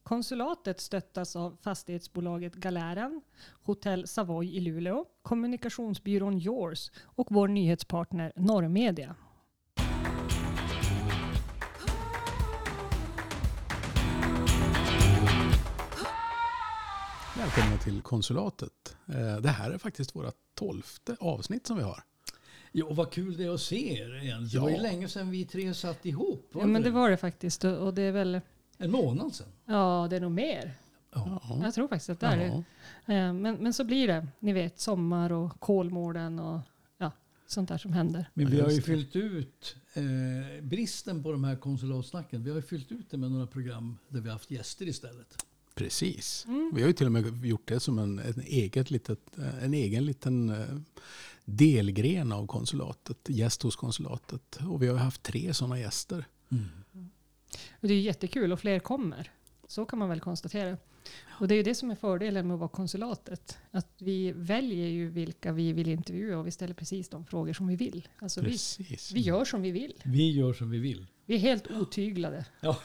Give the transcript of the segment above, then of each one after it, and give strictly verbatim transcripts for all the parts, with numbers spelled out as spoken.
Konsulatet stöttas av fastighetsbolaget Galären, Hotell Savoy i Luleå, kommunikationsbyrån Yours och vår nyhetspartner Norrmedia. Välkomna till Konsulatet. Det här är faktiskt våra tolfte avsnitt som vi har. Ja, vad kul det är att se er igen. Det ja. var ju länge sedan vi tre satt ihop. Ja, men det var det faktiskt. Och det är väl... En månad sedan? Ja, det är nog mer. Ja. Jag tror faktiskt att det är det. Men, men så blir det. Ni vet, sommar och Kolmården och ja, sånt där som händer. Men vi har ju fyllt ut eh, bristen på de här konsulatsnacken. Vi har ju fyllt ut det med några program där vi har haft gäster istället. Precis. Mm. Vi har ju till och med gjort det som en, en, eget litet, en egen liten delgren av konsulatet, gäst hos konsulatet. Och vi har haft tre sådana gäster. Mm. Och det är jättekul och fler kommer. Så kan man väl konstatera. Och det är ju det som är fördelen med att vara konsulatet. Att vi väljer ju vilka vi vill intervjua och vi ställer precis de frågor som vi vill. Alltså vi, vi gör som vi vill. Vi gör som vi vill. Vi är helt otyglade. Ja.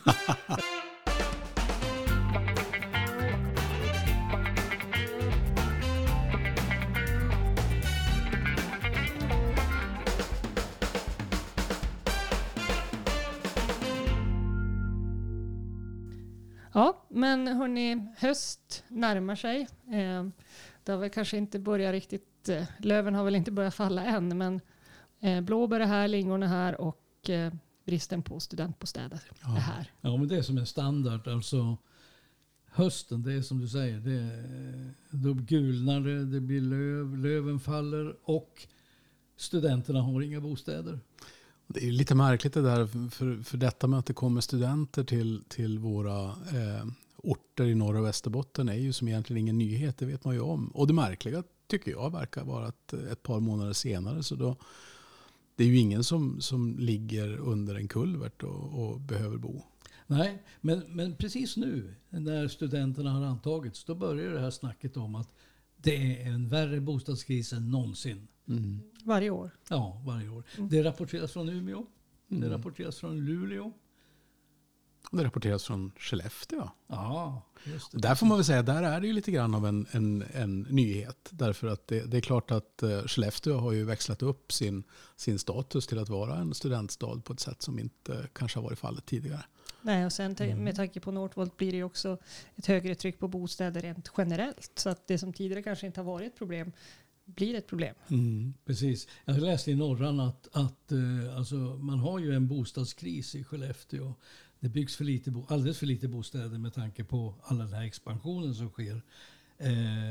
Ja, men hörni, höst närmar sig. Eh, det har väl kanske inte börjat riktigt, eh, löven har väl inte börjat falla än, men eh, blåbär är här, lingon är här och eh, bristen på studentbostäder ja. är här. Ja, men det är som en standard. Alltså hösten, det är som du säger, det är, då gulnar det, det blir löv, löven faller och studenterna har inga bostäder. Det är ju lite märkligt det där för, för detta med att det kommer studenter till, till våra eh, orter i norra och Västerbotten är ju som egentligen ingen nyhet, det vet man ju om. Och det märkliga tycker jag verkar vara att ett par månader senare så då det är ju ingen som, som ligger under en kulvert och, och behöver bo. Nej, men, men precis nu när studenterna har antagits då börjar det här snacket om att det är en värre bostadskris än någonsin. Mm. Varje år. Ja, varje år. Mm. Det rapporteras från Umeå. Mm. Det rapporteras från Luleå. Det rapporteras från Skellefteå. Ja, just det. Där får man väl säga, där är det ju lite grann av en, en, en nyhet. Därför att det, det är klart att Skellefteå har ju växlat upp sin, sin status till att vara en studentstad på ett sätt som inte kanske har varit fallet tidigare. Nej, och sen t- med tanke på Northvolt blir det ju också ett högre tryck på bostäder rent generellt. Så att det som tidigare kanske inte har varit ett problem blir ett problem. Mm, precis. Jag läste i Norran att, att eh, alltså, man har ju en bostadskris i Skellefteå. Det byggs för lite bo- alldeles för lite bostäder med tanke på all den här expansionen som sker. Eh,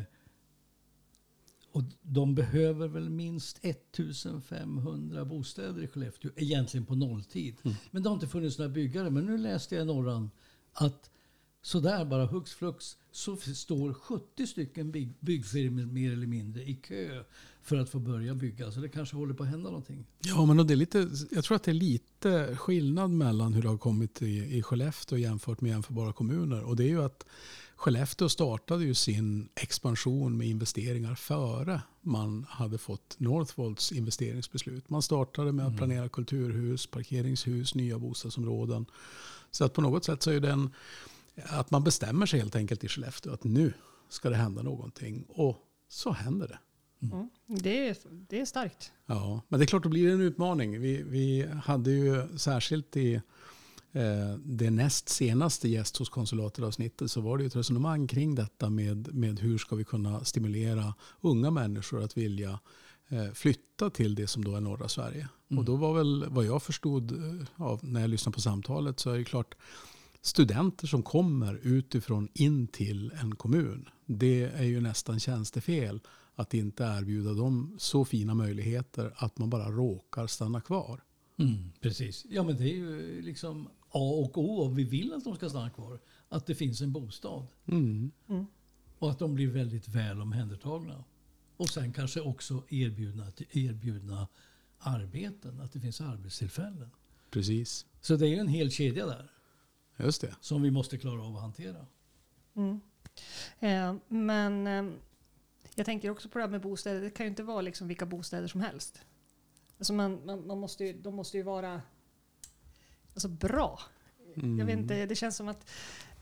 och de behöver väl minst ettusenfemhundra bostäder i Skellefteå, egentligen på nolltid. Mm. Men det har inte funnits några byggare. Men nu läste jag i Norran att sådär bara hux flux så står sjuttio stycken bygg, byggfirmor mer eller mindre i kö för att få börja bygga. Så det kanske håller på att hända någonting. Ja, men det är lite, jag tror att det är lite skillnad mellan hur det har kommit i, i Skellefteå jämfört med jämförbara kommuner. Och det är ju att Skellefteå startade ju sin expansion med investeringar före man hade fått Northvolts investeringsbeslut. Man startade med att mm. planera kulturhus, parkeringshus, nya bostadsområden. Så att på något sätt så är det en att man bestämmer sig helt enkelt i Skellefteå att nu ska det hända någonting. Och så händer det. Mm. Mm. Det, är, det är starkt. Ja, men det är klart då blir det en utmaning. Vi, vi hade ju särskilt i eh, det näst senaste gäst hos konsulatet-avsnittet så var det ju ett resonemang kring detta med, med hur ska vi kunna stimulera unga människor att vilja eh, flytta till det som då är norra Sverige. Mm. Och då var väl vad jag förstod av när jag lyssnade på samtalet så är det klart studenter som kommer utifrån in till en kommun. Det är ju nästan tjänstefel att inte erbjuda dem så fina möjligheter att man bara råkar stanna kvar. Mm, precis. Ja, men det är ju liksom A och O. Vi vill att de ska stanna kvar. Att det finns en bostad. Mm. Mm. Och att de blir väldigt väl omhändertagna. Och sen kanske också erbjudna, erbjudna arbeten. Att det finns arbetstillfällen. Precis. Så det är ju en hel kedja där. Just det. Som vi måste klara av att hantera. Mm. Eh, men eh, jag tänker också på det här med bostäder. Det kan ju inte vara liksom vilka bostäder som helst. Alltså man, man, man måste ju, de måste ju vara alltså bra. Mm. Jag vet inte, det känns som att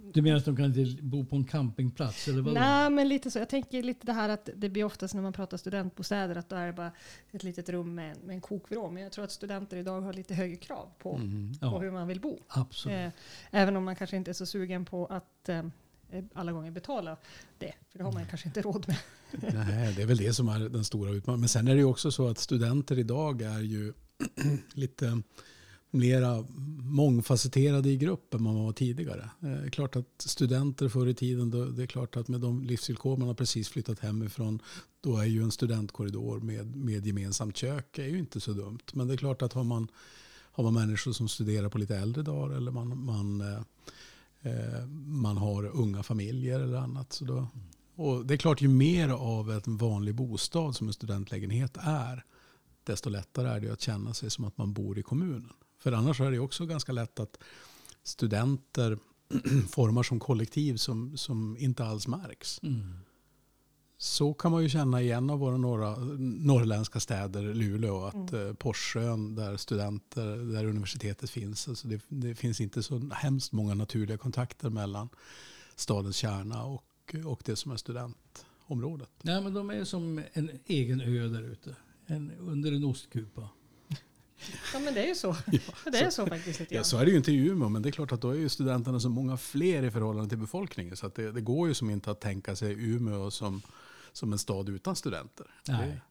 Du menar att de kan inte bo på en campingplats? Eller vad? Nej, men lite så. Jag tänker lite det här att det blir oftast när man pratar studentbostäder att då är det bara ett litet rum med, med en kokvrå. Men jag tror att studenter idag har lite högre krav på, Mm. på Ja. hur man vill bo. Absolut. Eh, även om man kanske inte är så sugen på att eh, alla gånger betala det. För det har man kanske inte råd med. Nej, det är väl det som är den stora utmaningen. Men sen är det ju också så att studenter idag är ju lite mera mångfacetterade i grupp än man var tidigare. Det är klart att studenter förr i tiden, då, det är klart att med de livsvillkor man har precis flyttat hemifrån, då är ju en studentkorridor med, med gemensamt kök är ju inte så dumt. Men det är klart att har man, har man människor som studerar på lite äldre dagar eller man, man, eh, man har unga familjer eller annat. Så då, och det är klart, ju mer av en vanlig bostad som en studentlägenhet är, desto lättare är det att känna sig som att man bor i kommunen. För annars är det också ganska lätt att studenter formar som kollektiv som, som inte alls märks. Mm. Så kan man ju känna i en av våra norra, norrländska städer, Luleå, att mm. Porssön, där studenter, där universitetet finns, alltså det, det finns inte så hemskt många naturliga kontakter mellan stadens kärna och, och det som är studentområdet. Nej, men de är som en egen ö där ute. En, under en ostkupa. Ja, men det är ju så. Ja, det är så, så faktiskt lite ja, så är det ju inte i Umeå, men det är klart att då är ju studenterna så många fler i förhållande till befolkningen. Så att det, det går ju som inte att tänka sig Umeå som, som en stad utan studenter. Nej. Det,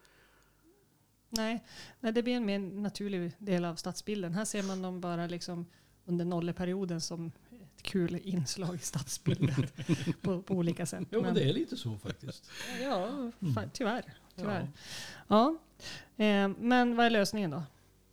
Nej, nej, det blir en mer naturlig del av stadsbilden. Här ser man dem bara liksom under nolleperioden som ett kul inslag i stadsbilden på, på olika sätt. Jo, men det är lite så faktiskt. Ja, fa- Mm. tyvärr. tyvärr. Ja. Ja. Eh, men vad är lösningen då?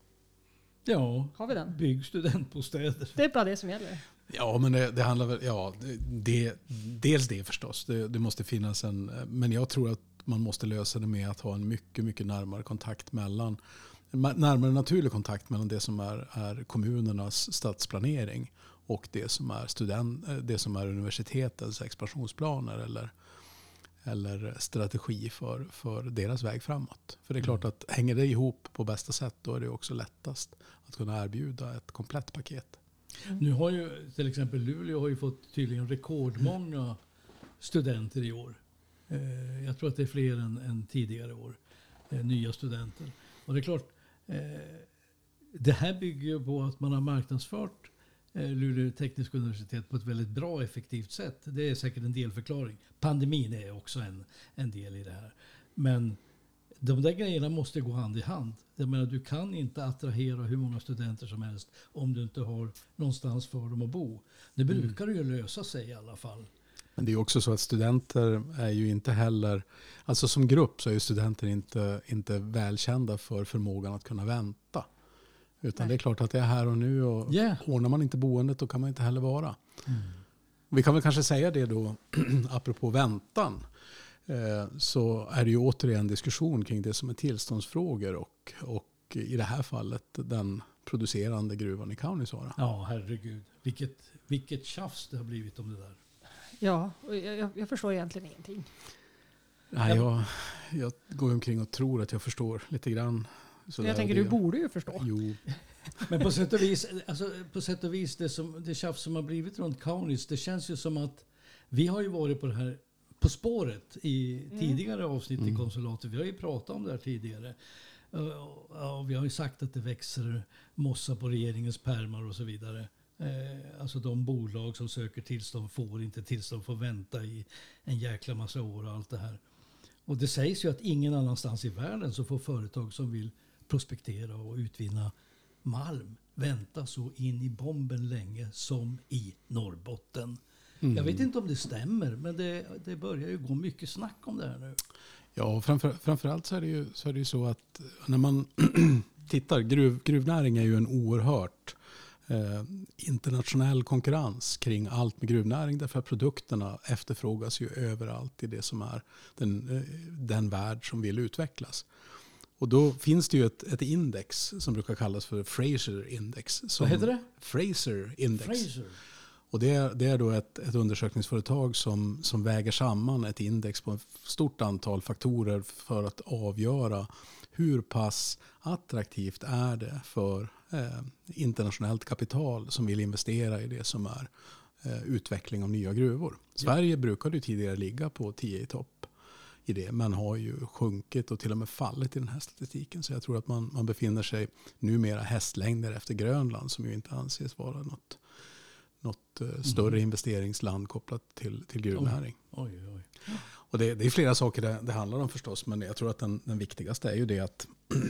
Ja, Har vi den? bygg studentbostäder. Det är bara det som gäller. ja, men det, det handlar väl, ja, det, det, dels det förstås. Det, det måste finnas en, men jag tror att man måste lösa det med att ha en mycket, mycket närmare kontakt mellan, närmare naturlig kontakt mellan det som är, är kommunernas stadsplanering och det som är student, det som är universitetens expansionsplaner eller, eller strategi för, för deras väg framåt. För det är klart att hänger det ihop på bästa sätt, då är det också lättast att kunna erbjuda ett komplett paket. Mm. Nu har ju till exempel Luleå har ju fått tydligen rekordmånga studenter i år. Eh, jag tror att det är fler än, än tidigare år. Eh, nya studenter. Och det är klart, eh, det här bygger ju på att man har marknadsfört eh, Luleå tekniska universitet på ett väldigt bra och effektivt sätt. Det är säkert en delförklaring. Pandemin är också en, en del i det här. Men de där grejerna måste gå hand i hand. Jag menar, du kan inte attrahera hur många studenter som helst om du inte har någonstans för dem att bo. Det brukar mm. ju lösa sig i alla fall. Men det är också så att studenter är ju inte heller, alltså som grupp så är ju studenter inte, inte välkända för förmågan att kunna vänta. Utan Nej. Det är klart att det är här och nu och yeah. ordnar man inte boendet då kan man inte heller vara. Mm. Vi kan väl kanske säga det då, apropå väntan. Så är det ju återigen diskussion kring det som är tillståndsfrågor och, och i det här fallet den producerande gruvan i Kaunisvaara. Ja, herregud. Vilket, vilket tjafs det har blivit om det där. Ja, och jag, jag förstår egentligen ingenting. Nej, jag, jag går omkring och tror att jag förstår lite grann. Så jag tänker, det. Du borde ju förstå. Jo. Men på sätt och vis, alltså, på sätt och vis det, som, det tjafs som har blivit runt Kaunis, det känns ju som att vi har ju varit på det här På spåret i mm. tidigare avsnitt mm. i konsulatet. Vi har ju pratat om det här tidigare. Och vi har ju sagt att det växer mossa på regeringens pärmar och så vidare. Alltså de bolag som söker tillstånd får inte tillstånd, får vänta i en jäkla massa år och allt det här. Och det sägs ju att ingen annanstans i världen så får företag som vill prospektera och utvinna malm vänta så in i bomben länge som i Norrbotten. Mm. Jag vet inte om det stämmer, men det, det börjar ju gå mycket snack om det här nu. Ja, framför, framförallt så är det ju så, är det ju så att när man tittar, gruv, gruvnäring är ju en oerhört eh, internationell konkurrens kring allt med gruvnäring, därför att produkterna efterfrågas ju överallt i det som är den, eh, den värld som vill utvecklas. Och då finns det ju ett, ett index som brukar kallas för Fraser Index. Som, Vad heter det? Fraser Index. Fraser. Och det är, det är då ett, ett undersökningsföretag som, som väger samman ett index på ett stort antal faktorer för att avgöra hur pass attraktivt är det för eh, internationellt kapital som vill investera i det som är eh, utveckling av nya gruvor. Sverige ja. brukade ju tidigare ligga på tio i topp i det, men har ju sjunkit och till och med fallit i den här statistiken. Så jag tror att man, man befinner sig numera hästlängder efter Grönland, som ju inte anses vara något, något eh, större mm. investeringsland kopplat till, till gruvnäring. Oj, oj, oj. Och det, det är flera saker det, det handlar om förstås, men jag tror att den, den viktigaste är ju det att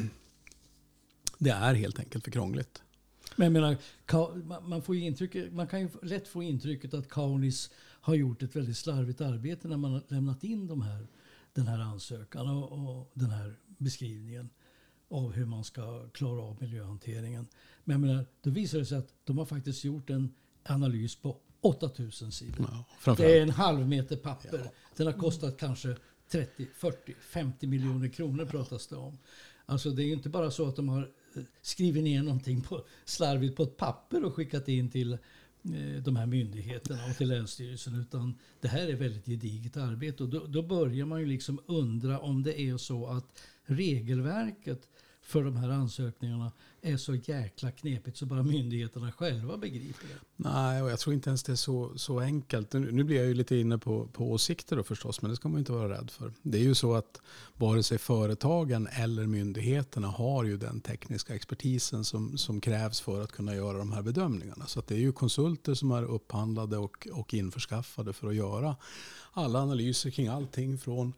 det är helt enkelt för krångligt. Men jag menar, man, får ju intryck, man kan ju lätt få intrycket att Kaunis har gjort ett väldigt slarvigt arbete när man har lämnat in de här, den här ansökan och, och den här beskrivningen av hur man ska klara av miljöhanteringen. Men jag menar, då visar det sig att de har faktiskt gjort en analys på åtta tusen sidor. Ja, det är en halv meter papper. Ja. Den har kostat kanske trettio, fyrtio, femtio miljoner kronor pratas det om. Alltså det är ju inte bara så att de har skrivit ner någonting på, slarvigt på ett papper och skickat in till eh, de här myndigheterna och till Länsstyrelsen, utan det här är väldigt gediget arbete. Och då, då börjar man ju liksom undra om det är så att regelverket för de här ansökningarna är så jäkla knepigt så bara myndigheterna själva begriper det. Nej, och jag tror inte ens det är så, så enkelt. Nu, nu blir jag ju lite inne på, på åsikter då förstås, men det ska man inte vara rädd för. Det är ju så att vare sig företagen eller myndigheterna har ju den tekniska expertisen som, som krävs för att kunna göra de här bedömningarna. Så att det är ju konsulter som är upphandlade och, och införskaffade för att göra alla analyser kring allting från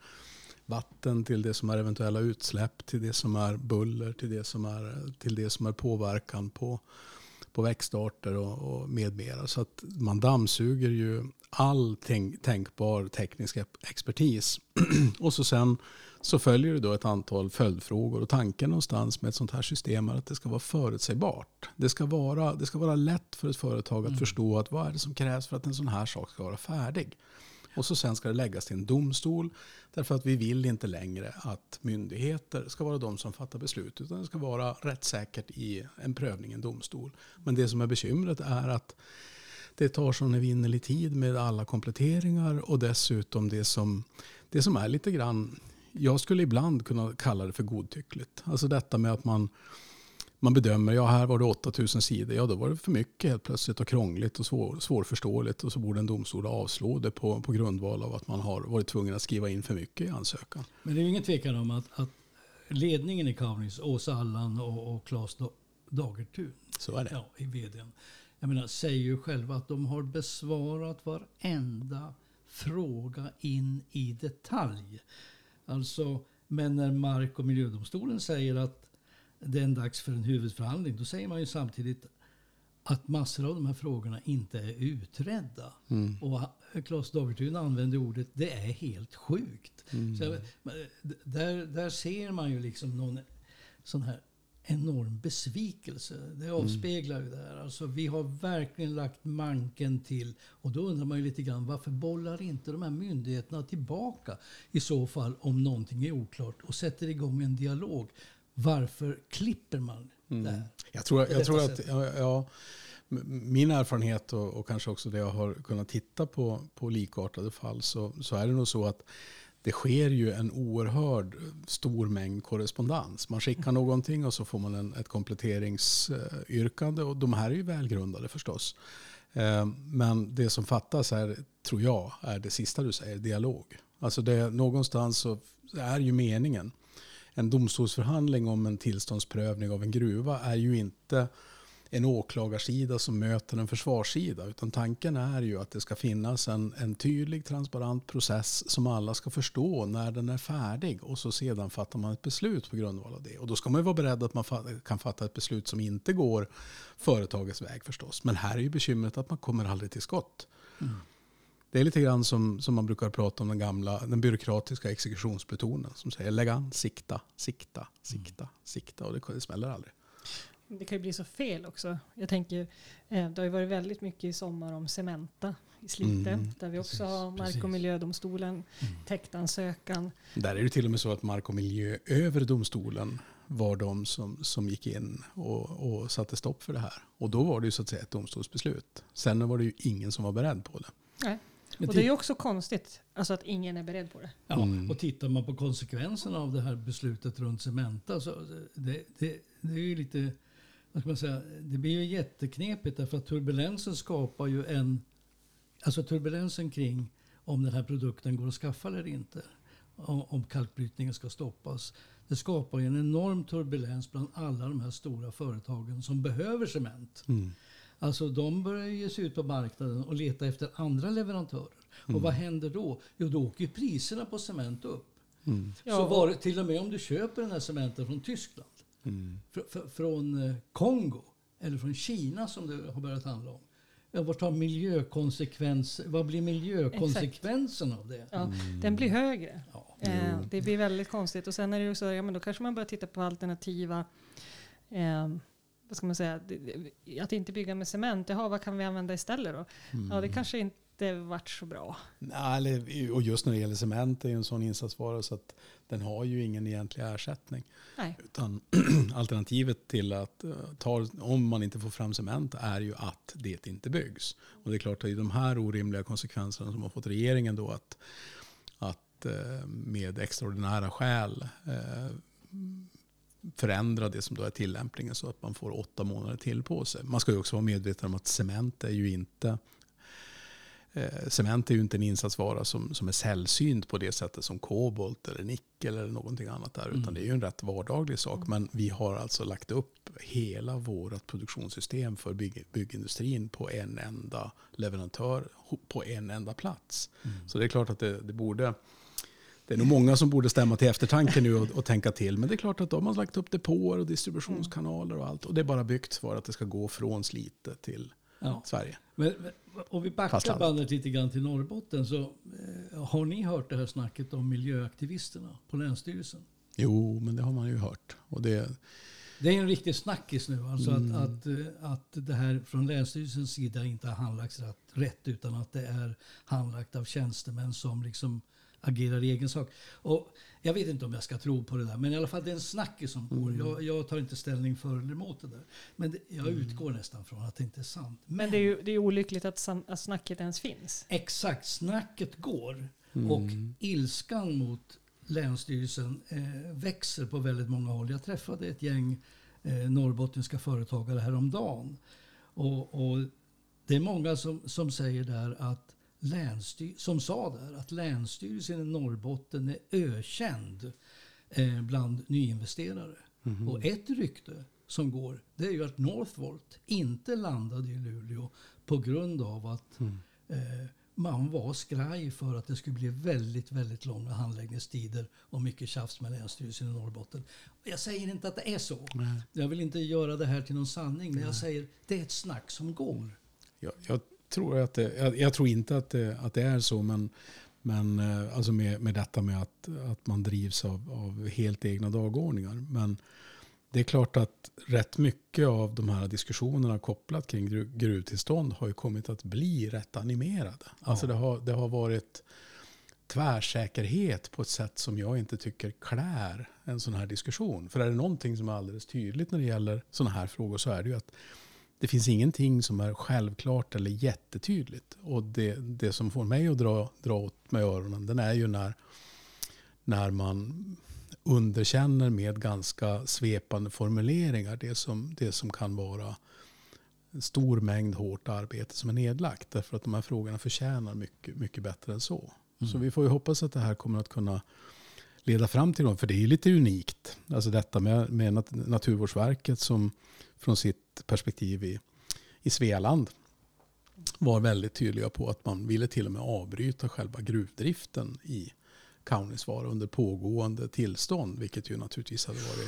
vatten till det som är eventuella utsläpp, till det som är buller, till det som är, till det som är påverkan på, på växtarter och, och med mera. Så att man dammsuger ju all tänk, tänkbar teknisk expertis. Och så sen så följer det då ett antal följdfrågor, och tanken någonstans med ett sånt här system är att det ska vara förutsägbart. Det ska vara, det ska vara lätt för ett företag att mm. förstå att vad är det som krävs för att en sån här sak ska vara färdig. Och så sen ska det läggas till en domstol, därför att vi vill inte längre att myndigheter ska vara de som fattar beslut, utan det ska vara rättssäkert i en prövning i en domstol. Men det som är bekymret är att det tar sån evinnerlig tid med alla kompletteringar, och dessutom det som, det som är lite grann, jag skulle ibland kunna kalla det för godtyckligt. Alltså detta med att man Man bedömer, ja här var det åtta tusen sidor, ja då var det för mycket helt plötsligt och krångligt och svår, svårförståeligt, och så borde en domstol avslå det på, på grundval av att man har varit tvungen att skriva in för mycket i ansökan. Men det är ju ingen tvekan om att, att ledningen i Kaunis, Åsa Allan och, och Claes Dagertun, så är det. Ja, i vdn, jag menar, säger ju själva att de har besvarat varenda fråga in i detalj. Alltså, men när Mark- och miljödomstolen säger att det är en dags för en huvudförhandling, då säger man ju samtidigt att massor av de här frågorna inte är utredda. Mm. Och Claes Dagertun använder ordet, det är helt sjukt. Mm. Så, där, där ser man ju liksom någon sån här enorm besvikelse. Det avspeglar ju det här. Alltså, vi har verkligen lagt manken till, och då undrar man ju lite grann, varför bollar inte de här myndigheterna tillbaka i så fall om någonting är oklart och sätter igång en dialog? Varför klipper man det här? Mm. Jag tror, jag tror att ja, ja, min erfarenhet och, och kanske också det jag har kunnat titta på, på likartade fall, så, så är det nog så att det sker ju en oerhörd stor mängd korrespondens. Man skickar mm. någonting och så får man en, ett kompletteringsyrkande, och de här är ju välgrundade förstås. Men det som fattas är, tror jag, är det sista du säger, dialog. Alltså det, någonstans så är ju meningen. En domstolsförhandling om en tillståndsprövning av en gruva är ju inte en åklagarsida som möter en försvarssida, utan tanken är ju att det ska finnas en, en tydlig, transparent process som alla ska förstå när den är färdig, och så sedan fattar man ett beslut på grundval av det. Och då ska man ju vara beredd att man fa- kan fatta ett beslut som inte går företagets väg förstås. Men här är ju bekymret att man kommer aldrig till skott. Mm. Det är lite grann som, som man brukar prata om den gamla, den byråkratiska exekutionsplutonen som säger lägg an, sikta, sikta, sikta, mm. sikta, och det, det smäller aldrig. Det kan ju bli så fel också. Jag tänker, eh, det har ju varit väldigt mycket i sommar om Cementa i Slite, mm, där vi också precis, har Mark- och miljödomstolen, mm. täktansökan. Där är det till och med så att Mark- och miljööverdomstolen var de som, som gick in och, och satte stopp för det här. Och då var det ju så att säga ett domstolsbeslut. Sen var det ju ingen som var beredd på det. Nej. Och det är ju också konstigt, alltså att ingen är beredd på det. Ja, mm. och tittar man på konsekvenserna av det här beslutet runt Cementa, så det, det, det är ju lite, vad ska man säga, det blir ju jätteknepigt, därför att turbulensen skapar ju en alltså turbulensen kring om den här produkten går att skaffa eller inte, om, om kalkbrytningen ska stoppas, det skapar ju en enorm turbulens bland alla de här stora företagen som behöver cement. Mm. Alltså de börjar ge sig ut på marknaden och leta efter andra leverantörer. Mm. Och vad händer då? Jo, då åker priserna på cement upp. Mm. Så var det, till och med om du köper den här cementen från Tyskland, mm. fr- fr- från Kongo eller från Kina som det har börjat handla om. Ja, vad, tar miljökonsekvens, vad blir miljökonsekvensen av det? Ja, mm. Den blir högre. Ja. Eh, det blir väldigt konstigt. Och sen är det ju så, ja, men då kanske man börjar titta på alternativa, eh, vad ska man säga, att inte bygga med cement. Jaha, vad kan vi använda istället då? Mm. Ja, det kanske inte varit så bra. Nej, och just när det gäller cement är ju en sån insatsvara så att den har ju ingen egentlig ersättning. Nej. Utan alternativet till att ta, om man inte får fram cement är ju att det inte byggs. Och det är klart att det är de här orimliga konsekvenserna som har fått regeringen då att, att med extraordinära skäl förändra det som då är tillämpningen så att man får åtta månader till på sig. Man ska ju också vara medveten om att cement är ju inte Eh, cement är ju inte en insatsvara som, som är sällsynt på det sättet som kobolt eller nickel eller någonting annat där. Mm. Utan det är ju en rätt vardaglig sak. Mm. Men vi har alltså lagt upp hela vårt produktionssystem för bygg, byggindustrin på en enda leverantör på en enda plats. Mm. Så det är klart att det, det borde... Det är nog många som borde stämma till eftertanke nu och, och tänka till. Men det är klart att de har lagt upp depåer och distributionskanaler och allt. Och det är bara byggt för att det ska gå från Slite till ja. Sverige. Men, men, om vi backar bandet lite grann till Norrbotten så eh, har ni hört det här snacket om miljöaktivisterna på Länsstyrelsen? Jo, men det har man ju hört. Och det, det är en riktig snackis nu. Alltså mm. att, att, att det här från Länsstyrelsens sida inte har handlagts rätt, rätt utan att det är handlagt av tjänstemän som liksom agerar i egen sak. Och jag vet inte om jag ska tro på det där, men i alla fall det är en snackis som går. Mm. Jag, jag tar inte ställning för eller emot det där. Men det, jag mm. utgår nästan från att det inte är sant. Men, men det är ju det är olyckligt att, sam, att snacket ens finns. Exakt, snacket går. Mm. Och ilskan mot Länsstyrelsen eh, växer på väldigt många håll. Jag träffade ett gäng eh, norrbottniska företagare häromdagen. Och, och det är många som, som säger där att Länsstyr- som sa där att Länsstyrelsen i Norrbotten är ökänd eh, bland nyinvesterare. Mm-hmm. Och ett rykte som går, det är ju att Northvolt inte landade i Luleå på grund av att mm. eh, man var skraj för att det skulle bli väldigt, väldigt långa handläggningstider och mycket tjafs med Länsstyrelsen i Norrbotten. Jag säger inte att det är så. Nej. Jag vill inte göra det här till någon sanning, men Nej. jag säger det är ett snack som går. Ja, jag tror att det, jag, jag tror inte att det, att det är så, men, men alltså med, med detta med att, att man drivs av, av helt egna dagordningar. Men det är klart att rätt mycket av de här diskussionerna kopplat kring gruvtillstånd har ju kommit att bli rätt animerade. Ja. Alltså det har, det har varit tvärsäkerhet på ett sätt som jag inte tycker klär en sån här diskussion. För är det någonting som är alldeles tydligt när det gäller såna här frågor så är det ju att det finns ingenting som är självklart eller jättetydligt. Och det, det som får mig att dra, dra åt med öronen, den är ju när, när man underkänner med ganska svepande formuleringar det som, det som kan vara en stor mängd hårt arbete som är nedlagt. Därför att de här frågorna förtjänar mycket, mycket bättre än så. Mm. Så vi får ju hoppas att det här kommer att kunna leda fram till dem. För det är ju lite unikt. Alltså detta med, med Naturvårdsverket som från sitt perspektiv i, i Svealand var väldigt tydliga på att man ville till och med avbryta själva gruvdriften i Kaunisvaara under pågående tillstånd, vilket ju naturligtvis hade varit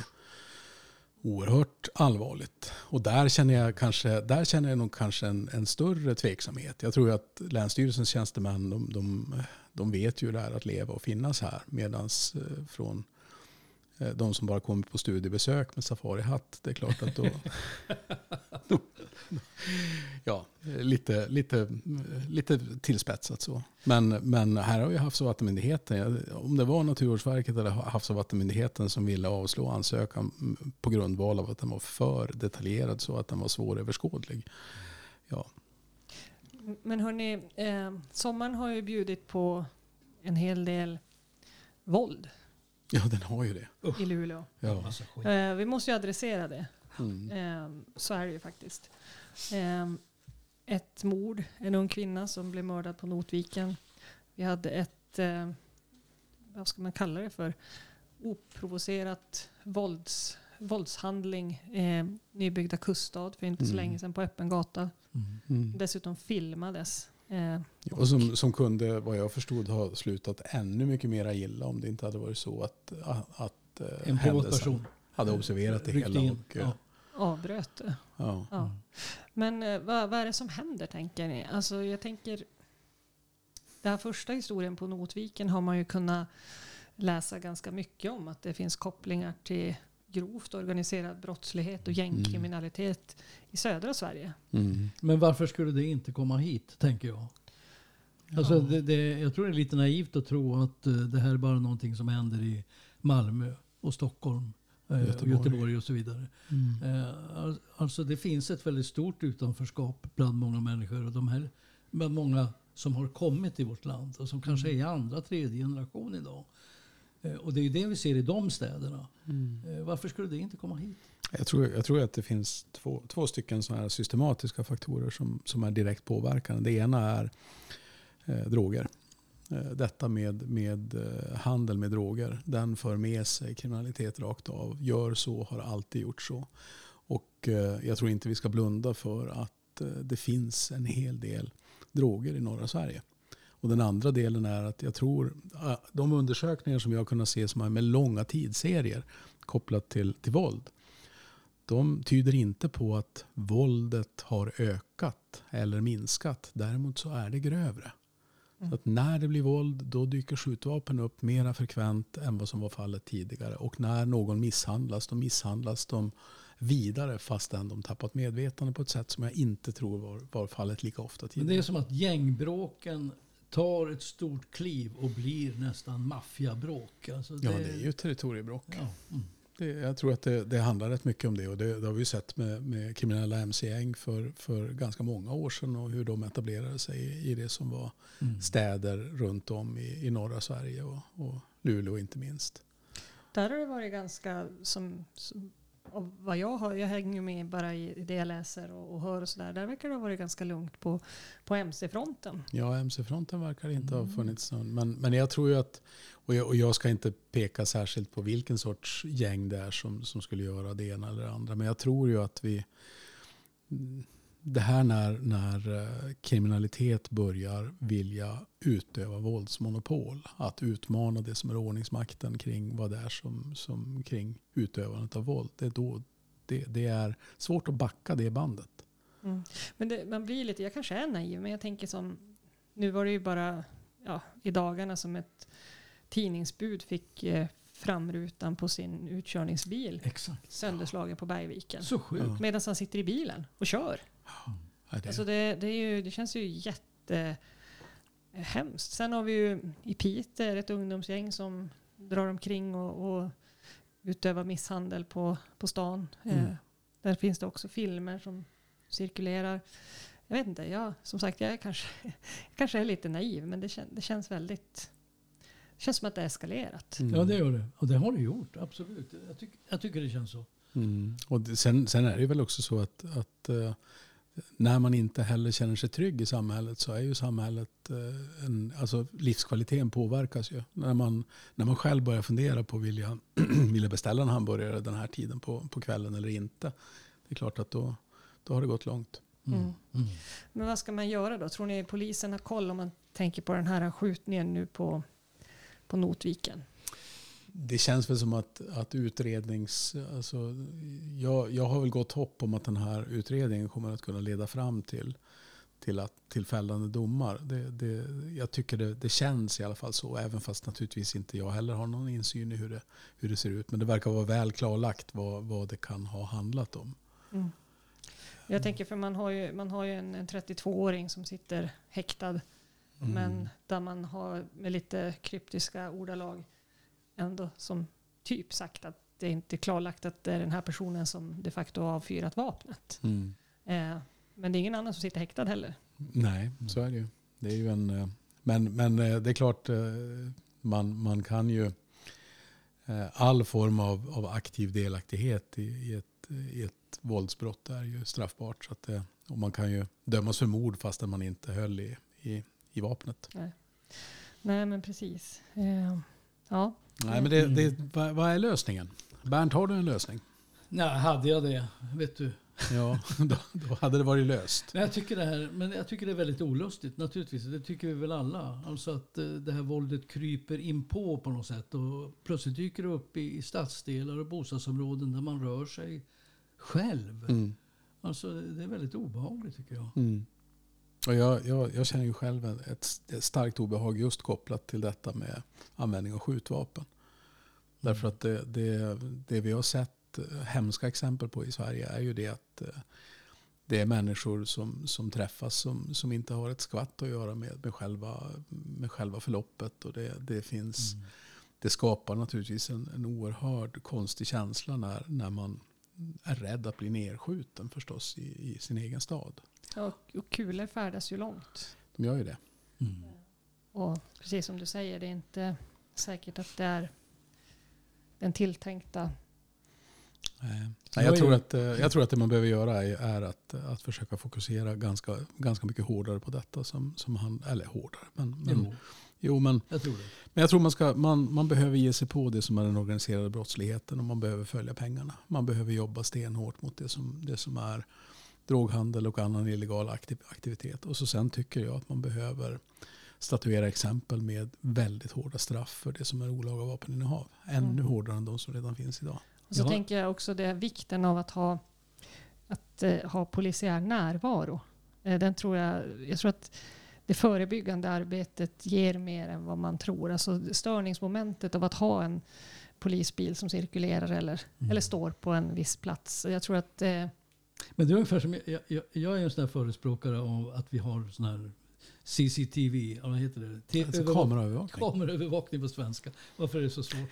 oerhört allvarligt. Och där känner jag, kanske, där känner jag nog kanske en, en större tveksamhet. Jag tror att Länsstyrelsens tjänstemän de, de, de vet ju det här att leva och finnas här, medan från de som bara kommer på studiebesök med safarihatt, det är klart att då, då ja, lite, lite, lite tillspetsat så. Men, men här har ju Havs- och vattenmyndigheten, om det var Naturvårdsverket eller Havs- och vattenmyndigheten som ville avslå ansökan på grundval av att den var för detaljerad så att den var svåröverskådlig. Ja. Men hörni, eh, sommaren har ju bjudit på en hel del våld. Ja, den har ju det. I Luleå. Ja. Eh, vi måste ju adressera det. Mm. Eh, så är det ju faktiskt. Eh, ett mord, en ung kvinna som blev mördad på Notviken. Vi hade ett, eh, vad ska man kalla det för, oprovocerat vålds, våldshandling, eh, nybyggda kuststad för inte så Mm. länge sedan på öppen gata. Mm. Mm. Dessutom filmades. Eh, Och som, som kunde, vad jag förstod, ha slutat ännu mycket mer illa om det inte hade varit så att, att eh, En privat händelsen person hade observerat det ryckte hela. in. Och, eh, Ja. avbröt det. ja. Ja. Mm. Men eh, vad, vad är det som händer, tänker ni? Alltså jag tänker, den här första historien på Notviken har man ju kunnat läsa ganska mycket om. Att det finns kopplingar till grovt organiserad brottslighet och gängkriminalitet mm. i södra Sverige. Mm. Men varför skulle det inte komma hit, tänker jag? Alltså Ja. det, det, jag tror det är lite naivt att tro att uh, det här är bara någonting som händer i Malmö och Stockholm. uh, Göteborg. och Göteborg och så vidare. Mm. Uh, al- alltså det finns ett väldigt stort utanförskap bland många människor. Och de här, bland många som har kommit till vårt land och som kanske är i andra, tredje generation idag. Uh, och det är det vi ser i de städerna. Mm. Uh, varför skulle det inte komma hit? Jag tror, jag tror att det finns två, två stycken såna här systematiska faktorer som, som är direkt påverkande. Det ena är eh, droger. Eh, detta med, med eh, handel med droger, den för med sig kriminalitet rakt av. Gör så, har alltid gjort så. Och eh, jag tror inte vi ska blunda för att eh, det finns en hel del droger i norra Sverige. Och den andra delen är att jag tror att de undersökningar som jag har kunnat se som är med långa tidsserier kopplat till, till våld, de tyder inte på att våldet har ökat eller minskat. Däremot så är det grövre. Mm. Så att när det blir våld, då dyker skjutvapen upp mera frekvent än vad som var fallet tidigare. Och när någon misshandlas, då misshandlas de vidare fastän de tappat medvetande på ett sätt som jag inte tror var, var fallet lika ofta tidigare. Men det är som att gängbråken tar ett stort kliv och blir nästan maffiabråk. Alltså det... Ja, det är ju territoriebråk. Ja. Mm. Det, jag tror att det, det handlar rätt mycket om det. Och det, det har vi sett med, med kriminella M C-gäng för, för ganska många år sedan. Och hur de etablerade sig i, i det som var mm. städer runt om i, i norra Sverige och, och Luleå inte minst. Där har det varit ganska, som, som och vad jag har, jag hänger med bara i det jag läser och, och hör och sådär. Där verkar det ha varit ganska lugnt på, på M C-fronten. Ja, M C-fronten verkar inte Mm. ha funnits någon. Men, men jag tror ju att, och jag, och jag ska inte peka särskilt på vilken sorts gäng det är som, som skulle göra det ena eller det andra. Men jag tror ju att vi, det här när, när kriminalitet börjar vilja utöva våldsmonopol, att utmana det som är ordningsmakten kring vad det är som, som kring utövandet av våld, det är då det, det är svårt att backa det bandet. Mm. Men det, man blir lite, jag kanske är naiv, men jag tänker som, nu var det ju bara ja, i dagarna som ett tidningsbud fick eh, framrutan på sin utkörningsbil Exakt. sönderslagen på Bergviken. Så sjukt. Ja. Medan han sitter i bilen och kör. Ja, det, Alltså det, det, är ju, det känns ju jättehemskt. Sen har vi ju i Piteå ett ungdomsgäng som drar omkring och, och utövar misshandel på, på stan. Mm. Eh, där finns det också filmer som cirkulerar. Jag vet inte, jag, som sagt jag är kanske, jag kanske är lite naiv, men det, kän, det känns väldigt, det känns som att det är eskalerat. Mm. Ja, det gör det. Och det har det gjort, absolut. Jag, tyck, jag tycker det känns så. Mm. Och det, sen, sen är det väl också så att, att uh, när man inte heller känner sig trygg i samhället så är ju samhället, uh, en, alltså livskvaliteten påverkas ju. När man, när man själv börjar fundera på vill jag, vill jag beställa en hamburgare den här tiden på, på kvällen eller inte. Det är klart att då, då har det gått långt. Mm. Mm. Mm. Men vad ska man göra då? Tror ni polisen har koll om man tänker på den här skjutningen nu på, på Notviken? Det känns väl som att, att utrednings... Alltså, jag, jag har väl gott hopp om att den här utredningen kommer att kunna leda fram till, till, att, till fällande domar. Det, det, jag tycker det, det känns i alla fall så, även fast naturligtvis inte jag heller har någon insyn i hur det, hur det ser ut. Men det verkar vara väl klarlagt vad, vad det kan ha handlat om. Mm. Jag tänker för man har ju, man har ju en, en trettiotvååring som sitter häktad. Mm. Men där man har med lite kryptiska ordalag ändå som typ sagt att det är inte klarlagt att det är den här personen som de facto har avfyrat vapnet. Mm. Eh, men det är ingen annan som sitter häktad heller. Nej, så är det ju. Det är ju en, men, men det är klart, man, man kan ju all form av, av aktiv delaktighet i, i, ett, i ett våldsbrott är ju straffbart. Så att det, Och man kan ju dömas för mord fast man inte höll i, i, i vapnet. Nej. Nej, men precis. Eh, ja. Nej, men det, det, vad, vad är lösningen? Bernt, har du en lösning? Nej, hade jag det, vet du. Ja, då, då hade det varit löst. Men jag tycker det här, men jag tycker det är väldigt olustigt naturligtvis. Det tycker vi väl alla. Alltså att eh, det här våldet kryper in på på något sätt och plötsligt dyker det upp i, i stadsdelar och bostadsområden där man rör sig själv. Mm. Alltså det är väldigt obehagligt tycker jag. Mm. Och jag, jag, jag känner ju själv ett, ett starkt obehag just kopplat till detta med användning av skjutvapen. Mm. Därför att det, det, det vi har sett hemska exempel på i Sverige är ju det att det är människor som, som träffas som, som inte har ett skvatt att göra med, med, själva, med själva förloppet. Och det, det, finns, mm. det skapar naturligtvis en, en oerhörd konstig känsla när, när man är rädd att bli nedskjuten förstås i, i sin egen stad. Och, och kulor färdas ju långt. De gör ju det. Mm. Och precis som du säger, det är inte säkert att det är den tilltänkta. Nej. Nej, jag, tror att, jag tror att det man behöver göra är, är att, att försöka fokusera ganska, ganska mycket hårdare på detta. Som, som han, eller hårdare. Men, men, jo. Jo, men, jag tror det. Men jag tror man, ska, man, man behöver ge sig på det som är den organiserade brottsligheten och man behöver följa pengarna. Man behöver jobba stenhårt mot det som, det som är droghandel och annan illegal aktiv, aktivitet. Och så sen tycker jag att man behöver statuera exempel med väldigt hårda straff för det som är olaga vapeninnehav. Ännu mm. hårdare än de som redan finns idag. Och så ja. tänker jag också det vikten av att ha, att, eh, ha polisiär närvaro. Eh, den tror jag, jag tror att det förebyggande arbetet ger mer än vad man tror. Alltså störningsmomentet av att ha en polisbil som cirkulerar eller, mm. eller står på en viss plats. Jag tror att... Eh, Men det är ungefär som... Jag, jag, jag är en sån här förespråkare av att vi har sån här C C T V, vad heter det? T- alltså kameraövervakning. Kameraövervakning på svenska. Varför är det så svårt?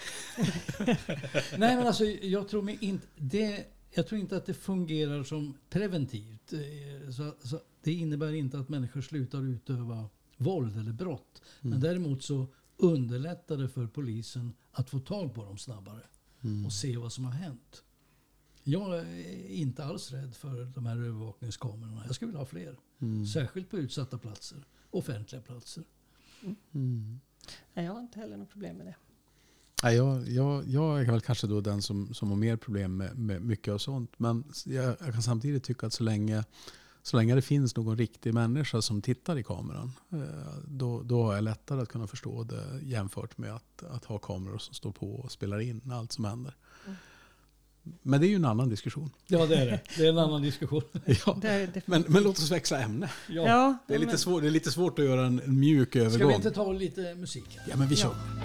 Nej, men alltså jag tror mig inte... Det, jag tror inte att det fungerar som preventivt. Så, så det innebär inte att människor slutar utöva våld eller brott. Mm. Men däremot så underlättar det för polisen att få tag på dem snabbare. Mm. Och se vad som har hänt. Jag är inte alls rädd för de här övervakningskamerorna. Jag skulle vilja ha fler. Mm. Särskilt på utsatta platser. Offentliga platser. Mm. Mm. Jag har inte heller något problem med det. Nej, jag, jag, jag är väl kanske då den som, som har mer problem med, med mycket av sånt. Men jag, jag kan samtidigt tycka att så länge, så länge det finns någon riktig människa som tittar i kameran, då, då har jag lättare att kunna förstå det jämfört med att, att ha kameror som står på och spelar in allt som händer. Mm. Men det är ju en annan diskussion. Ja, det är det. Det är en annan diskussion. Ja. Det är det. Men, men låt oss växla ämne. Ja. Ja, det, är lite men... svår, det är lite svårt att göra en, en mjuk övergång. Ska vi inte ta lite musik? Ja, men vi kör. Ja.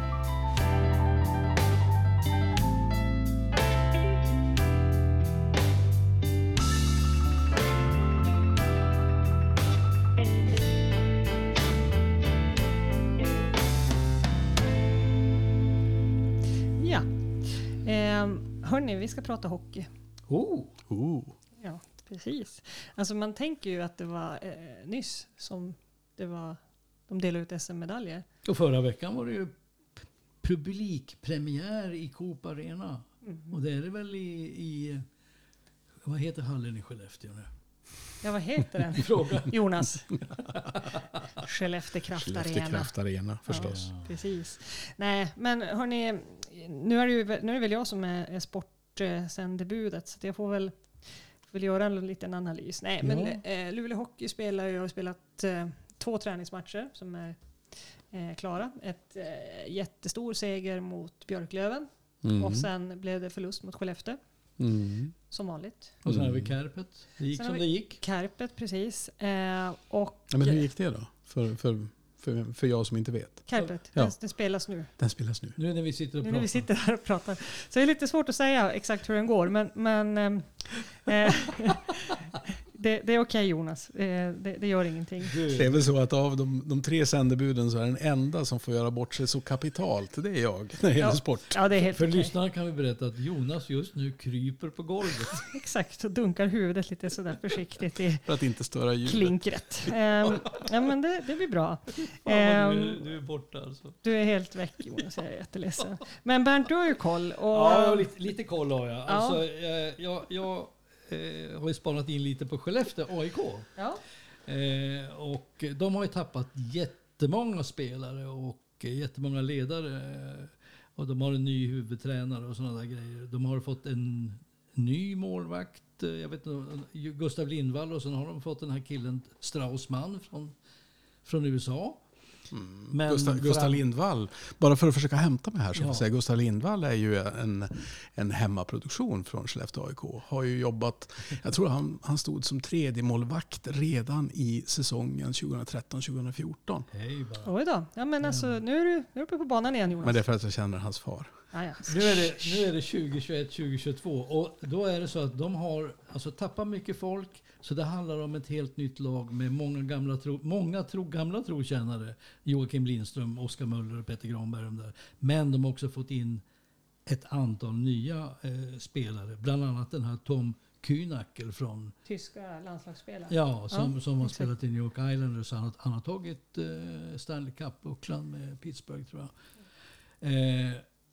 Hörrni, vi ska prata hockey. Oh. Oh. Ja, precis. Alltså man tänker ju att det var eh, nyss som det var, de delade ut S M-medaljer. Och förra veckan var det ju p- publikpremiär i Coop Arena. Mm. Och det är det väl i, i... Vad heter hallen i Skellefteå nu? Ja, vad heter den? Fråga. Jonas. Skellefteå Kraft Arena. Skellefteå Kraft Arena, förstås. Ja, precis. Nej, men hörni, nu är det, ju, nu är det väl jag som är, är sportsändebudet, så jag får väl, får väl göra en liten analys. Nej, ja. men eh, Luleå Hockey spelar ju, har spelat eh, två träningsmatcher som är eh, klara. Ett eh, jättestor seger mot Björklöven mm. och sen blev det förlust mot Skellefteå. Mm. Som vanligt. Och sen har vi Kärpet. Det gick sen som det gick. Kärpet, precis. Eh, och ja, men hur gick det då? För, för, för, för jag som inte vet. Kärpet, ja. den, den spelas nu. Den spelas nu. Nu när vi sitter och nu pratar. När vi sitter här och pratar. Så det är lite svårt att säga exakt hur den går. Men, men eh, det, det är okej okay, Jonas. Eh, det, det gör ingenting. Det är väl så att av de, de tre sändebuden så är den enda som får göra bort sig så kapitalt. Det är jag när det gäller ja. sport. Ja, det är helt för okay. lyssnarna kan vi berätta att Jonas just nu kryper på golvet. Exakt, och dunkar huvudet lite sådär försiktigt i för att inte störa ljudet. Klinkret. Um, ja, men det, det blir bra. Fan, um, du, är, du är borta alltså. Du är helt väck Jonas, jag är jätteledsen. Men Bernt, du har ju koll. Och, ja, jag har lite, lite koll har jag. Ja. Alltså, jag, jag, jag eh, har ju spanat in lite på Skellefteå A I K. Ja. Eh, och de har ju tappat jättemånga spelare och jättemånga ledare. Och de har en ny huvudtränare och sådana där grejer. De har fått en ny målvakt. Jag vet inte, Gustav Lindvall, och sen har de fått den här killen Straussman från, från U S A. Mm. Men Gustav, Gustav fram- Lindvall, bara för att försöka hämta mig här så Ja. får jag säga, Gustav Lindvall är ju en, en hemmaproduktion från Skellefteå A I K. Har ju jobbat, jag tror han, han stod som tredje målvakt redan i säsongen tjugohundratretton tjugohundrafjorton. Hej bara. Oj då. Ja, men alltså, nu är du, nu är du uppe på banan igen, Jonas. Men det är för att jag känner hans far. Ja, ja. Nu är det, nu är det tjugohundratjugoett tjugohundratjugotvå och då är det så att de har alltså tappat mycket folk, så det handlar om ett helt nytt lag med många gamla tro, många tro, gamla trotjänare. Joakim Lindström, Oskar Möller och Peter Granberg. De där. Men de har också fått in ett antal nya eh, spelare, bland annat den här Tom Kühnackel från Tyska landslagsspelare. ja, som, Ja, som har exakt. spelat i New York Islanders. Han har, han har tagit eh, Stanley Cup-bucklan med Pittsburgh, tror jag. Eh,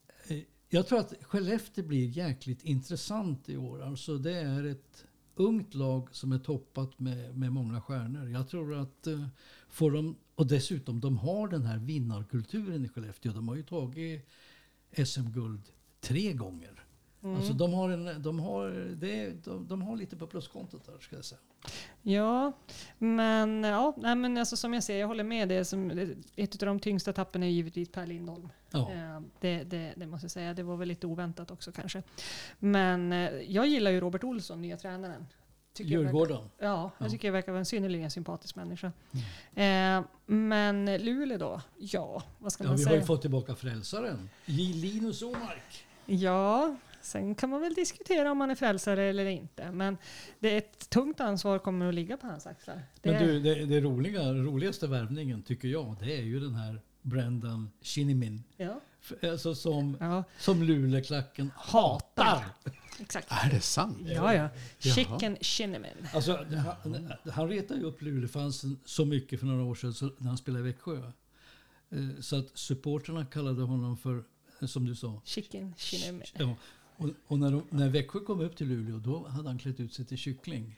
Jag tror att Skellefteå blir jäkligt intressant i år. Alltså det är ett ungt lag som är toppat med, med många stjärnor. Jag tror att uh, får de, och dessutom de har den här vinnarkulturen i Skellefteå. De har ju tagit S M-guld tre gånger. Mm. Alltså de har, en, de, har, det, de, de har lite på pluskontot där, ska jag säga. Ja, men, ja, nej, men alltså, som jag säger, jag håller med. Det som, ett av de tyngsta tappen är givetvis Per Lindholm. Ja. Eh, det, det, det måste jag säga. Det var väl lite oväntat också kanske. Men eh, jag gillar ju Robert Olsson, nya tränaren. Tycker jag verkar- Djurgården. Ja, jag Ja. tycker jag verkar vara en synnerligen sympatisk människa. Eh, men Luleå då? Ja, vad ska Ja, man vi har säga? ju fått tillbaka frälsaren. J. Linus Omark. Ja, sen kan man väl diskutera om man är frälsare eller inte. Men det är ett tungt ansvar kommer att ligga på hans axlar. Det Men är- du, det, det roliga, roligaste värvningen tycker jag, det är ju den här Brendan Shinnimin. Ja, F- Alltså som, ja, som Luleklacken hatar. hatar. Exakt. Är det sant? Ja, ja. Jaha. Chicken Shinnimin. Alltså, han, han retade ju upp Lulefansen så mycket för några år sedan så, när han spelade i Växjö. Eh, Så att supporterna kallade honom för, eh, som du sa, Chicken Shinnimin. ja. Och, och när, de, när Växjö kom upp till Luleå, då hade han klätt ut sig till kyckling.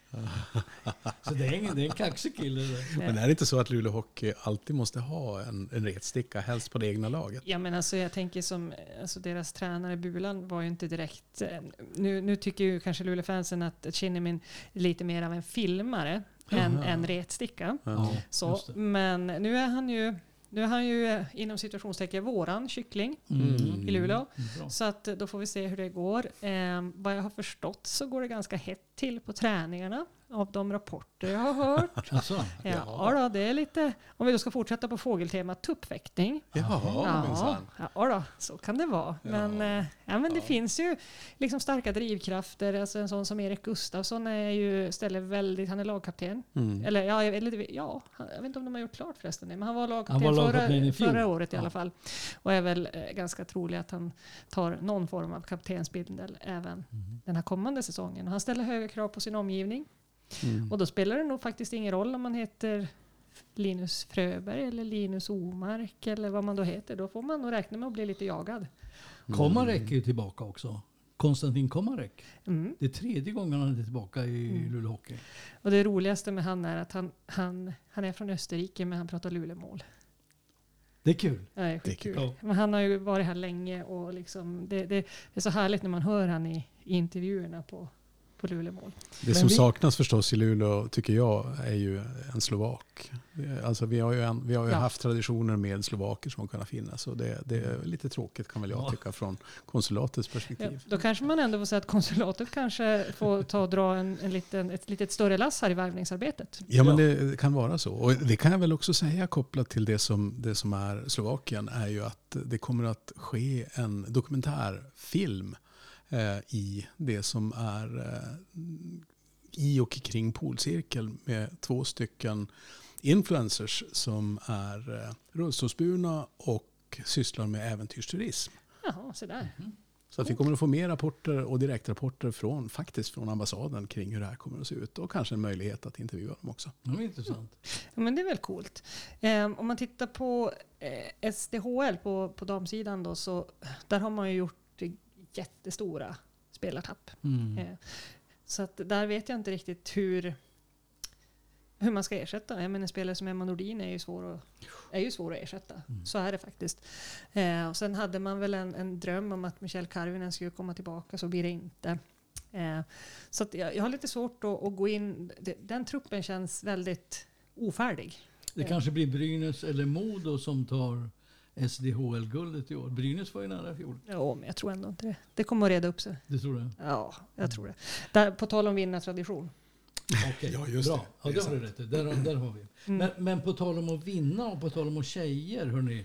Så det är, ingen, det är en kaxig kille. Det. Men är det inte så att Luleå Hockey alltid måste ha en, en retsticka, helst på det egna laget? Ja, men alltså jag tänker som alltså deras tränare Bulan var ju inte direkt. eh, Nu, nu tycker ju kanske Luleå-fansen att Shinnimin är lite mer av en filmare än en retsticka. Ja, Så, just det. men nu är han ju nu är han ju eh, inom situationstecken våran kyckling Mm. i Luleå. Bra. Så att eh, då får vi se hur det går. Eh, vad jag har förstått så går det ganska hett till på träningarna av de rapporter jag har hört. Alltså, Ja, ja då, det är lite, om vi då ska fortsätta på fågeltemat, tuppfäktning. Jaha, Ja, minsann. ja då, så kan det vara. Men, Ja. eh, ja, men det Ja. finns ju liksom starka drivkrafter. Alltså en sån som Erik Gustafsson är ju ställer väldigt, han är lagkapten. Mm. Eller ja, jag vet, inte- ja, han- jag vet inte om de har gjort klart förresten det, men han var lagkapten, Han var lagkapten förra, i fjol. förra året i Ja. alla fall. Och är väl eh, ganska troligt att han tar någon form av kaptensbindel även Mm. den här kommande säsongen. Och han ställer höga krav på sin omgivning. Mm. Och då spelar det nog faktiskt ingen roll om man heter Linus Fröberg eller Linus Omark eller vad man då heter. Då får man nog räkna med att bli lite jagad. Komarek är ju tillbaka också. Konstantin Komarek. Mm. Det är tredje gången han är tillbaka i Mm. Luleå Hockey. Och det roligaste med han är att han, han, han är från Österrike men han pratar Lulemål. Det är kul. Det är Det är skitkul. kul. Men han har ju varit här länge och liksom, det, det, det är så härligt när man hör han i, i intervjuerna på, på Lulemål. Det Men som vi- saknas förstås i Luleå tycker jag är ju en slovak. Alltså vi har ju, en, vi har ju Ja. haft traditioner med slovaker som har kunnat finnas. Och det, det är lite tråkigt kan väl jag Ja. tycka från konsulatets Ja, perspektiv. då kanske man ändå får säga att konsulatet kanske får ta och dra en, en liten, ett lite större lass här i värvningsarbetet. Ja, men Ja. det kan vara så. Och det kan jag väl också säga kopplat till det som, det som är Slovakien är ju att det kommer att ske en dokumentärfilm eh, i det som är eh, i och kring Polcirkel med två stycken influencers som är eh, rullstolsburna och sysslar med äventyrsturism. Jaha, så där. Så att vi kommer att få mer rapporter och direktrapporter från, faktiskt från ambassaden kring hur det här kommer att se ut och kanske en möjlighet att intervjua dem också. Det är intressant. Ja, men det är väl coolt. Eh, om man tittar på eh, S D H L på, på damsidan då, så där har man ju gjort jättestora spelartapp. Mm. Eh, Så att där vet jag inte riktigt hur, hur man ska ersätta. Jag menar, en spelare som Emma Nordin är ju svår att, är ju svår att ersätta. Mm. Så är det faktiskt. Eh, och sen hade man väl en, en dröm om att Michelle Karvinen skulle komma tillbaka, så blir det inte. Eh, så att jag, jag har lite svårt att, att gå in. Den truppen känns väldigt ofärdig. Det kanske blir Brynäs eller Modo som tar S D H L-guldet i år. Brynäs var ju nära i fjol. Ja, men jag tror ändå inte det. Det kommer att reda upp sig. Det tror du? Ja, jag mm. tror det. Där, på tal om vinnartradition. Okej, ja, just bra. Det. Ja, det har du rätt i. Där, där har vi. Mm. Men, men på tal om att vinna och på tal om att tjejer, hörni.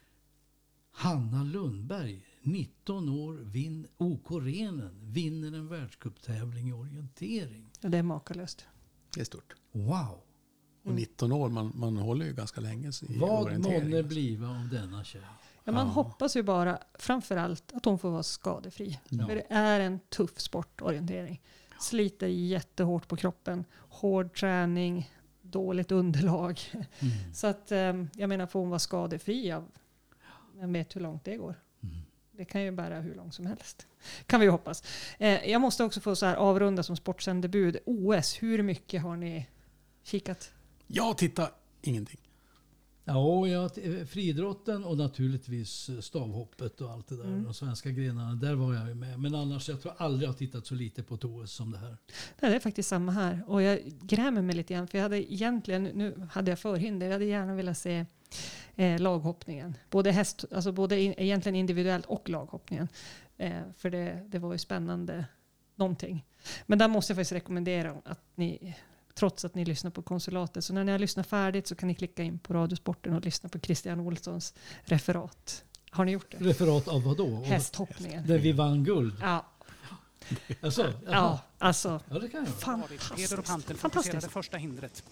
Hanna Lundberg, nitton år, vinn, O K-renen, vinner en världscuptävling i orientering. Ja, det är makalöst. Det är stort. Wow. Och nitton år, man, man håller ju ganska länge i vad månne bliva av denna tjej? Ja, man ja. hoppas ju bara framförallt att hon får vara skadefri. Ja. För det är en tuff sportorientering. Sliter jättehårt på kroppen. Hård träning, dåligt underlag. Mm. Så att jag menar, får hon vara skadefri av, jag vet hur långt det går. Mm. Det kan ju bära hur långt som helst. Kan vi ju hoppas. Eh, jag måste också få så här avrunda som sportsändebud. O S, hur mycket har ni kikat? Ja, titta, ingenting. Ja, ja, friidrotten och naturligtvis stavhoppet och allt det där. Mm. De svenska grenarna, där var jag ju med. Men annars, jag tror aldrig jag har tittat så lite på O S som det här. Nej, det är faktiskt samma här. Och jag grämer mig lite grann. För jag hade egentligen, nu hade jag förhinder. Jag hade gärna velat se eh, laghoppningen. Både, häst, alltså både in, egentligen individuellt och laghoppningen. Eh, för det, det var ju spännande någonting. Men där måste jag faktiskt rekommendera att ni... Trots att ni lyssnar på konsulatet. Så när ni har lyssnat färdigt så kan ni klicka in på Radiosporten och lyssna på Christian Olssons referat. Har ni gjort det? Referat av vad då? Hästhoppningen. Där vi vann guld? Ja. Alltså, ja, alltså. Ja, det kan jag. Fantastiskt. Peder och Panten fokuserade första hindret.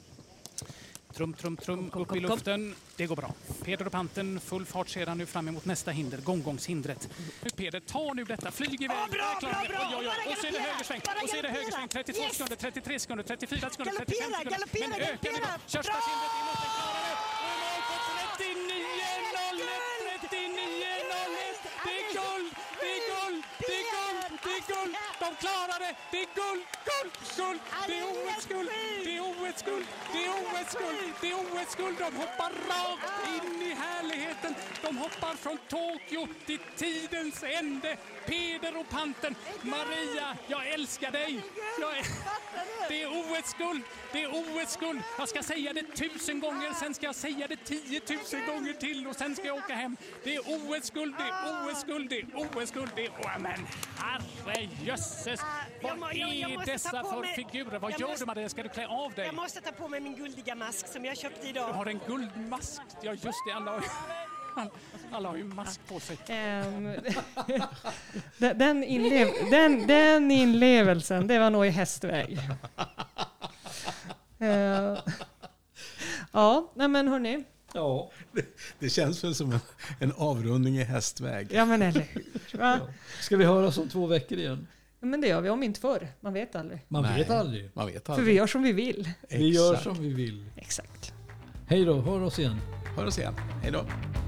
Trum, trum, trum, upp i luften. Det går bra. Peder och Panten, full fart sedan nu fram emot nästa hinder, gånggångshindret. Peder, ta nu detta, flyg iväg. Oh, bra, bra, bra. Oj, oj, oj. Och så är det högersväng. Och så är det högersväng. trettiotvå yes. sekunder, trettiotre sekunder, trettiofyra sekunder, trettiofem sekunder. Galoppera, Men ökar det då. Körsbärshindret i mitten, klarar det. Och mål på trettionio noll ett, trettionio noll ett. Det är guld, det är guld, det är guld, det är guld. De klarar det. Det är guld, guld, guld. Det är O S-guld, det är O S-guld, det är O S-guld. Det är O S-guld, de hoppar rakt in i härligheten. De hoppar från Tokyo till tidens ände. Peder och Panten. Maria, jag älskar dig. Jag är... Det är O S-guld, det är O S-guld. Jag ska säga det tusen gånger, sen ska jag säga det tiotusen gånger till och sen ska jag åka hem. Det är O S-guld, det är O S-guld, det är O S-guld. Det är... Oh, men herre jösses, vad är dessa för mig... figurer? Vad gör du med det? Ska du klä av dig? Jag måste ta på mig min guldiga mask som jag köpte idag. Du har en guldmask, ja just det, alla har, alla har ju mask på sig. Um, den, inlev, den, den inlevelsen, det var nog i hästväg. uh, ja, nej men hörni. Ja. Det, det känns väl som en, en avrundning i hästväg. Ja, men eller hur? Ja. Ska vi höra om två veckor igen? Ja, men det gör vi, om inte förr. Man vet aldrig. Man Nej, vet aldrig. Man vet aldrig. För vi gör som vi vill. Vi gör som vi vill. Exakt. Hej då, hör oss igen. Hör oss igen. Hej då.